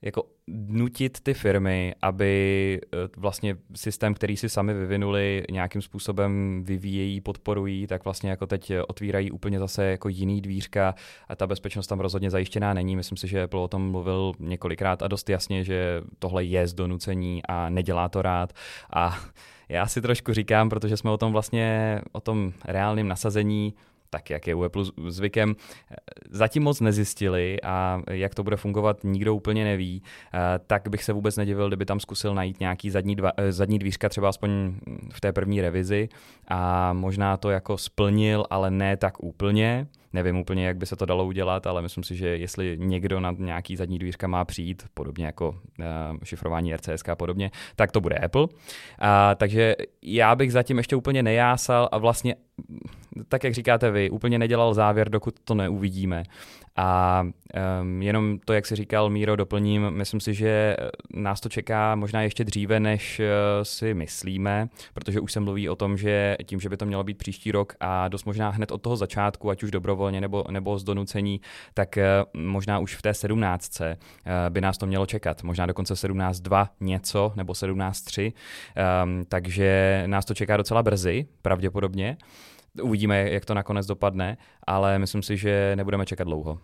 nutit ty firmy, aby vlastně systém, který si sami vyvinuli, nějakým způsobem vyvíjejí, podporují, tak vlastně jako teď otvírají úplně zase jako jiný dvířka a ta bezpečnost tam rozhodně zajištěná není. Myslím si, že Apple o tom mluvil několikrát a dost jasně, že tohle je z donucení a nedělá to rád. A já si trošku říkám, protože jsme o tom vlastně, o tom reálném nasazení, tak jak je u Apple zvykem, zatím moc nezjistili a jak to bude fungovat, nikdo úplně neví, tak bych se vůbec nedivil, kdyby tam zkusil najít nějaký zadní, dva, zadní dvířka, třeba aspoň v té první revizi a možná to jako splnil, ale ne tak úplně. Nevím úplně, jak by se to dalo udělat, ale myslím si, že jestli někdo na nějaký zadní dvířka má přijít, podobně jako uh, šifrování R C S a podobně, tak to bude Apple. Uh, takže já bych zatím ještě úplně nejásal a vlastně, tak jak říkáte vy, úplně nedělal závěr, dokud to neuvidíme. A um, jenom to, jak si říkal, Míro, doplním, myslím si, že nás to čeká možná ještě dříve, než uh, si myslíme, protože už se mluví o tom, že tím, že by to mělo být příští rok a dost možná hned od toho začátku, ať už dobrovolně nebo, nebo z donucení, tak uh, možná už v té sedmnáctce uh, by nás to mělo čekat. Možná dokonce sedmnáct dva něco nebo sedmnáct tři, um, takže nás to čeká docela brzy, pravděpodobně. Uvidíme, jak to nakonec dopadne, ale myslím si, že nebudeme čekat dlouho.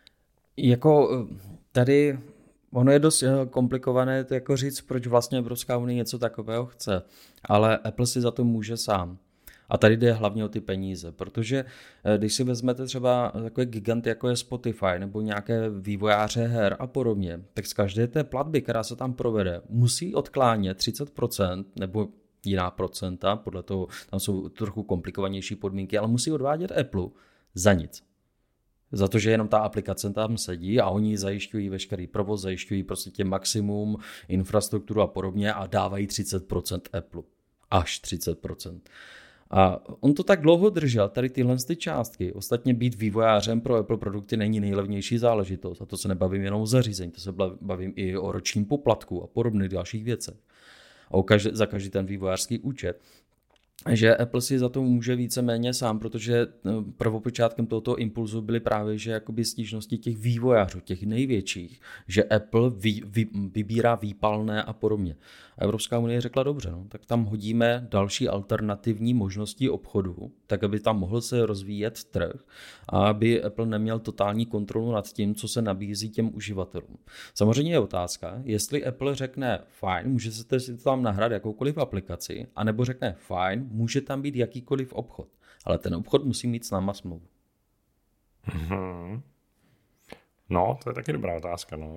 Jako tady ono je dost komplikované to jako říct, proč vlastně Evropská unie něco takového chce, ale Apple si za to může sám. A tady jde hlavně o ty peníze, protože když si vezmete třeba takové giganty, jako je Spotify nebo nějaké vývojáře her a podobně, tak z každé té platby, která se tam provede, musí odklánět třicet procent nebo jiná procenta, podle toho tam jsou trochu komplikovanější podmínky, ale musí odvádět Apple za nic. Za to, že jenom ta aplikace tam sedí a oni zajišťují veškerý provoz, zajišťují prostě tě maximum, infrastrukturu a podobně a dávají třicet procent Apple. Až třicet procent. A on to tak dlouho držel, tady tyhle ty částky. Ostatně být vývojářem pro Apple produkty není nejlevnější záležitost. A to se nebavím jenom o zařízení, to se bavím i o ročním poplatku a podobných dalších věcech. A každý, za každý ten vývojářský účet. Že Apple si za to může víceméně sám, protože prvopočátkem tohoto impulzu byly právě, že jakoby stížnosti těch vývojářů, těch největších, že Apple vy, vy, vybírá výpalné a podobně. A Evropská unie řekla dobře, no, tak tam hodíme další alternativní možnosti obchodu, tak aby tam mohl se rozvíjet trh a aby Apple neměl totální kontrolu nad tím, co se nabízí těm uživatelům. Samozřejmě je otázka, jestli Apple řekne fajn, můžete si to tam nahrát jakoukoliv aplikaci, anebo řekne fajn, může tam být jakýkoliv obchod, ale ten obchod musí mít s náma smlouvu. Mm-hmm. No, to je taky dobrá otázka, no.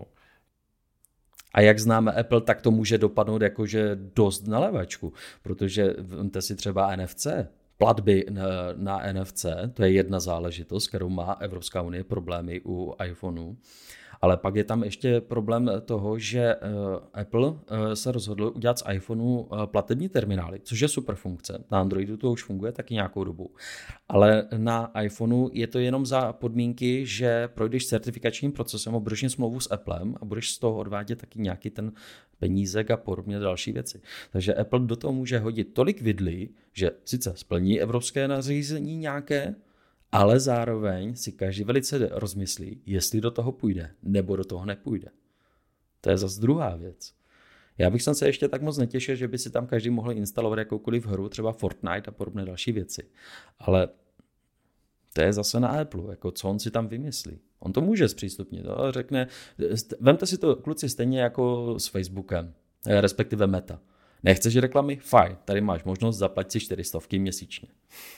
A jak známe Apple, tak to může dopadnout jakože dost na levačku, protože vemte si třeba N F C, platby na, na N F C, to je jedna záležitost, kterou má Evropská unie problémy u iPhoneu. Ale pak je tam ještě problém toho, že Apple se rozhodl udělat z iPhoneu platební terminály, což je super funkce. Na Androidu to už funguje taky nějakou dobu. Ale na iPhoneu je to jenom za podmínky, že projdeš certifikačním procesem, obdržíš smlouvu s Applem a budeš z toho odvádět taky nějaký ten penízek a podobně další věci. Takže Apple do toho může hodit tolik vidlí, že sice splní evropské nařízení nějaké, ale zároveň si každý velice rozmyslí, jestli do toho půjde, nebo do toho nepůjde. To je zase druhá věc. Já bych se ještě tak moc netěšil, že by si tam každý mohl instalovat jakoukoliv hru, třeba Fortnite a podobné další věci. Ale to je zase na Apple, jako co on si tam vymyslí. On to může zpřístupnit, ale řekne, vemte si to kluci stejně jako s Facebookem, respektive Meta. Nechceš reklamy? Fajn, tady máš možnost zaplatit si čtyři stovky měsíčně.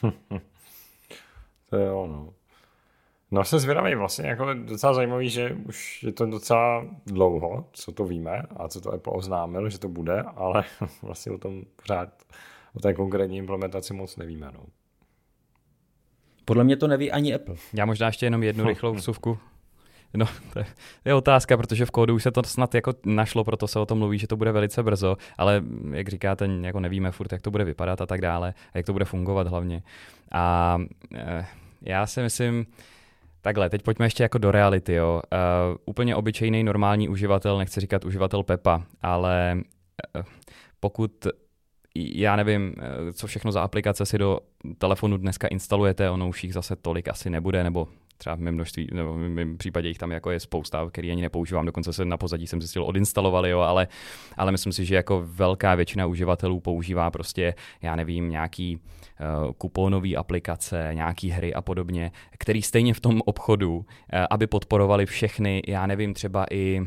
To je ono. No jsem zvědavý, vlastně jako docela zajímavý, že už je to docela dlouho, co to víme a co to Apple oznámil, že to bude, ale vlastně o tom pořád, o té konkrétní implementaci moc nevíme. No. Podle mě to neví ani Apple. Já možná ještě jenom jednu rychlou vsuvku. No, to je otázka, protože v kódu už se to snad jako našlo, proto se o tom mluví, že to bude velice brzo, ale jak říkáte, jako nevíme furt, jak to bude vypadat a tak dále, a jak to bude fungovat hlavně. A e, já si myslím, takhle, teď pojďme ještě jako do reality, jo. E, úplně obyčejný normální uživatel, nechci říkat uživatel Pepa, ale e, pokud já nevím, co všechno za aplikace si do telefonu dneska instalujete, ono už jich zase tolik asi nebude, nebo třeba v mém množství, nebo v mém případě jich tam jako je spousta, který ani nepoužívám, dokonce se na pozadí jsem zjistil odinstalovali, jo, ale, ale myslím si, že jako velká většina uživatelů používá prostě, já nevím, nějaký uh, kuponové aplikace, nějaký hry a podobně, který stejně v tom obchodu, uh, aby podporovali všechny, já nevím, třeba i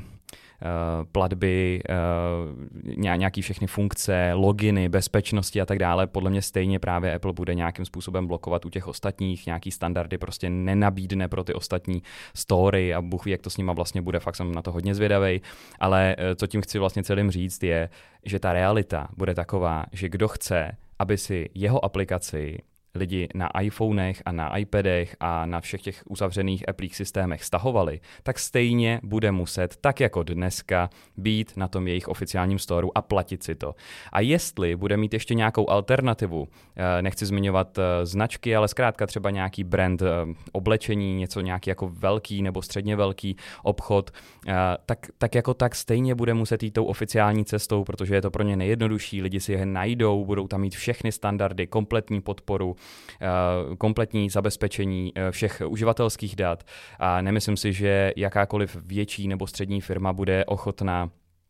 platby, nějaký všechny funkce, loginy, bezpečnosti a tak dále. Podle mě stejně právě Apple bude nějakým způsobem blokovat u těch ostatních, nějaký standardy prostě nenabídne pro ty ostatní story a Bůh ví, jak to s nima vlastně bude, fakt jsem na to hodně zvědavej, ale co tím chci vlastně celým říct je, že ta realita bude taková, že kdo chce, aby si jeho aplikaci lidi na iPhonech a na iPadech a na všech těch uzavřených Appleích systémech stahovali, tak stejně bude muset, tak jako dneska, být na tom jejich oficiálním storu a platit si to. A jestli bude mít ještě nějakou alternativu, nechci zmiňovat značky, ale zkrátka třeba nějaký brand oblečení, něco nějaký jako velký nebo středně velký obchod, tak, tak jako tak stejně bude muset jít tou oficiální cestou, protože je to pro ně nejjednodušší, lidi si je najdou, budou tam mít všechny standardy, kompletní podporu, kompletní zabezpečení všech uživatelských dat a nemyslím si, že jakákoliv větší nebo střední firma bude ochotná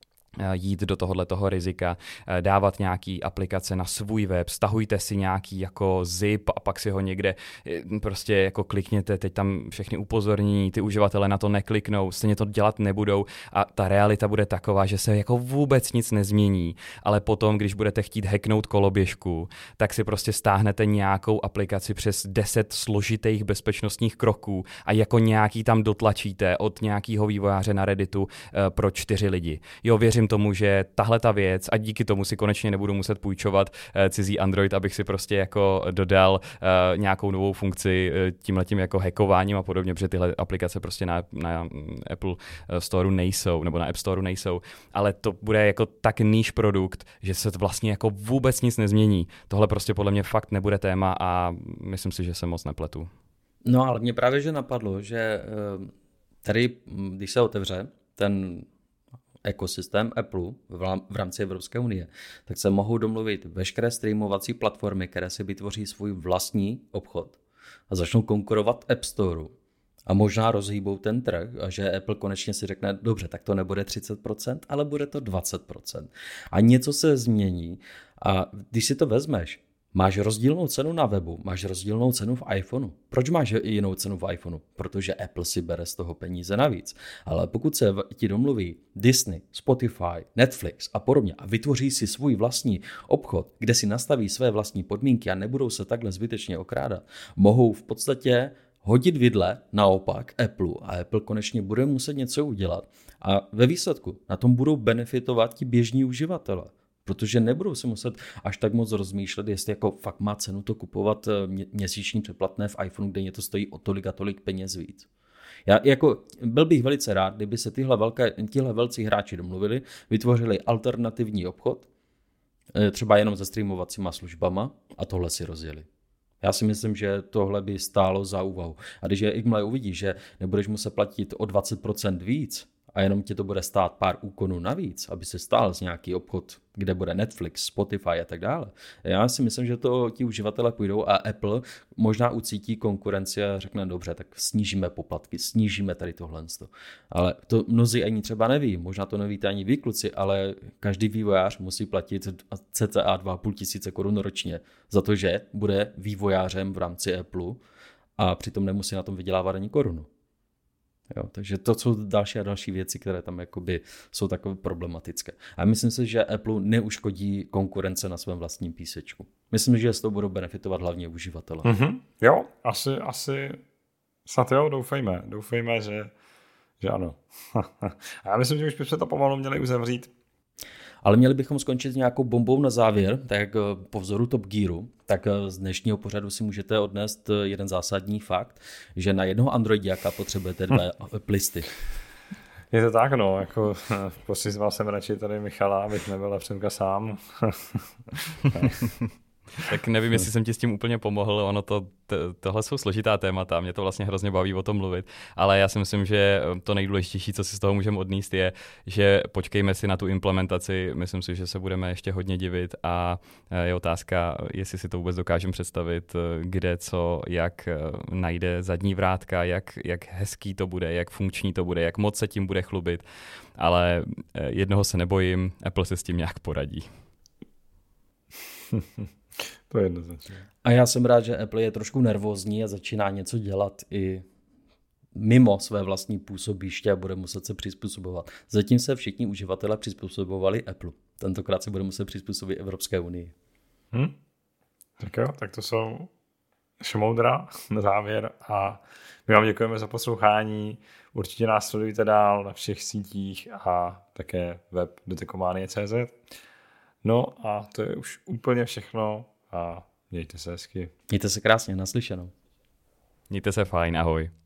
jít do tohohle toho rizika, dávat nějaký aplikace na svůj web, stahujte si nějaký jako zip a pak si ho někde prostě jako klikněte, teď tam všechny upozornění, ty uživatelé na to nekliknou, stejně to dělat nebudou a ta realita bude taková, že se jako vůbec nic nezmění, ale potom, když budete chtít hacknout koloběžku, tak si prostě stáhnete nějakou aplikaci přes deset složitých bezpečnostních kroků a jako nějaký tam dotlačíte od nějakého vývojáře na Redditu pro čtyři lidi. Jo, věřím tomu, že tahle ta věc a díky tomu si konečně nebudu muset půjčovat uh, cizí Android, abych si prostě jako dodal uh, nějakou novou funkci uh, tímhletím jako hackováním a podobně, protože tyhle aplikace prostě na, na Apple Store nejsou, nebo na App Store nejsou, ale to bude jako tak níž produkt, že se vlastně jako vůbec nic nezmění. Tohle prostě podle mě fakt nebude téma a myslím si, že se moc nepletu. No ale mě právě že napadlo, že tady, když se otevře ten ekosystém Apple v rámci Evropské unie, tak se mohou domluvit veškeré streamovací platformy, které si vytvoří svůj vlastní obchod a začnou konkurovat App Storeu. A možná rozhýbou ten trh a že Apple konečně si řekne, dobře, tak to nebude třicet procent, ale bude to dvacet procent. A něco se změní a když si to vezmeš, máš rozdílnou cenu na webu, máš rozdílnou cenu v iPhoneu. Proč máš jinou cenu v iPhoneu? Protože Apple si bere z toho peníze navíc. Ale pokud se ti domluví Disney, Spotify, Netflix a podobně a vytvoří si svůj vlastní obchod, kde si nastaví své vlastní podmínky a nebudou se takhle zbytečně okrádat, mohou v podstatě hodit vidle naopak Apple a Apple konečně bude muset něco udělat. A ve výsledku na tom budou benefitovat ti běžní uživatelé. Protože nebudou se muset až tak moc rozmýšlet, jestli jako fakt má cenu to kupovat měsíční předplatné v iPhoneu, kde mě to stojí o tolik a tolik peněz víc. Já jako byl bych velice rád, kdyby se tyhle, velké, tyhle velcí hráči domluvili, vytvořili alternativní obchod, třeba jenom se streamovacíma službama a tohle si rozjeli. Já si myslím, že tohle by stálo za úvahu. A když je jakmile uvidí, že nebudeš muset platit o dvacet procent víc, a jenom ti to bude stát pár úkonů navíc, aby se stál z nějaký obchod, kde bude Netflix, Spotify a tak dále. Já si myslím, že to ti uživatelé půjdou a Apple možná ucítí konkurenci a řekne, dobře, tak snížíme poplatky, snížíme tady tohle. Ale to mnozí ani třeba neví, možná to nevíte ani vy kluci, ale každý vývojář musí platit cca dva a půl tisíce korun ročně za to, že bude vývojářem v rámci Apple a přitom nemusí na tom vydělávat ani korunu. Jo, takže to jsou další a další věci, které tam jakoby jsou takové problematické. A myslím si, že Apple neuškodí konkurence na svém vlastním písečku. Myslím, že z toho budou benefitovat hlavně uživatelé. Mm-hmm. Jo, asi, asi snad jo, doufejme. Doufejme, že, že ano. A já myslím, že už bychom to pomalu měli uzavřít. Ale měli bychom skončit nějakou bombou na závěr, tak po vzoru Top Gearu, tak z dnešního pořadu si můžete odnést jeden zásadní fakt, že na jednoho androidiáka potřebujete dva plisty. Je to tak, no, jako posizval jsem radši tady Michala, abych nebyl Přemka sám. Tak nevím, jestli jsem ti s tím úplně pomohl, ono to, t- tohle jsou složitá témata, mě to vlastně hrozně baví o tom mluvit, ale já si myslím, že to nejdůležitější, co si z toho můžeme odníst, je, že počkejme si na tu implementaci, myslím si, že se budeme ještě hodně divit a je otázka, jestli si to vůbec dokážeme představit, kde, co, jak najde zadní vrátka, jak, jak hezký to bude, jak funkční to bude, jak moc se tím bude chlubit, ale jednoho se nebojím, Apple se s tím nějak poradí. To je jednoznačně. A já jsem rád, že Apple je trošku nervózní a začíná něco dělat i mimo své vlastní působiště a bude muset se přizpůsobovat. Zatím se všichni uživatelé přizpůsobovali Apple. Tentokrát se bude muset přizpůsobit Evropské unii. Hm? Tak jo, tak to jsou šmoudra na závěr a my vám děkujeme za poslouchání. Určitě nás sledujte dál na všech sítích a také web detekomanie tečka cé zet. No a to je už úplně všechno a mějte se hezky. Mějte se krásně, naslyšenou. Mějte se fajn, ahoj.